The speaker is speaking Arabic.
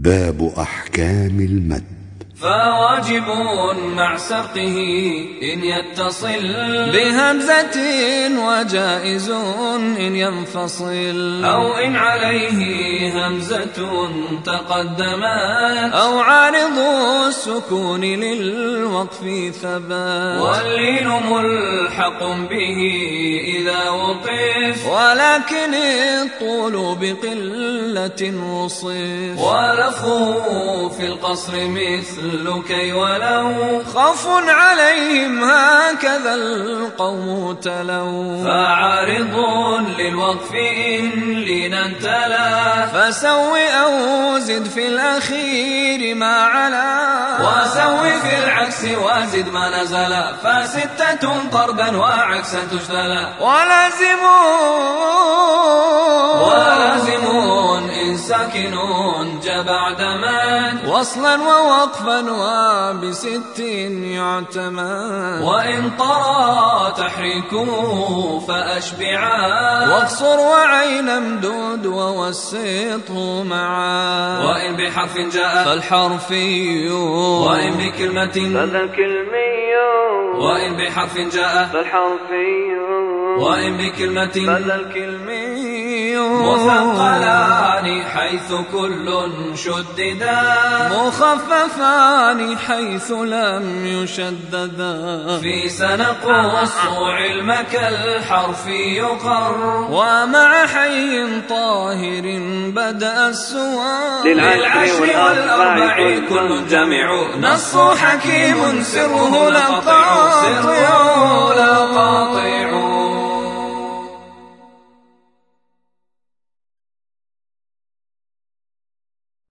باب أحكام المد. فواجب مع سبقه إن يتصل بهمزة، وجائز إن ينفصل، أو إن عليه همزة تقدمت، أو عارض السكون للوقف ثبات، واللين ملحق به إذا وقف، ولكن الطول بقلة وصف، ولفظه في القصر مثل كي ولو خوف عليهم هكذا القوم تلوا، فعارض للوقف إن لنا تلا، فسو أو زد في الأخير ما علا، وسو في العكس وزد ما نزل، فستة طردا وعكسا تجتلى، ولازمون إن ساكنون جاء بعد من وصلا ووقفا وبست يعتمد، وإن طرى تحريكه فأشبعا، واقصر وعين امدود ووسطه معا، وإن بحرف جاء فالحرفي، وإن بكلمة فذا الكلمي، وإن بحرف جاء فالحرفي، وإن بكلمة فذا الكلمي، مثقلان حيث كل شددا، مخففان حيث لم يشددا، في سنقص علمك الحرف يقر، ومع حي طاهر بدأ السور، للعشر والأربع كل جمع، نص حكيم سره لا قاطع.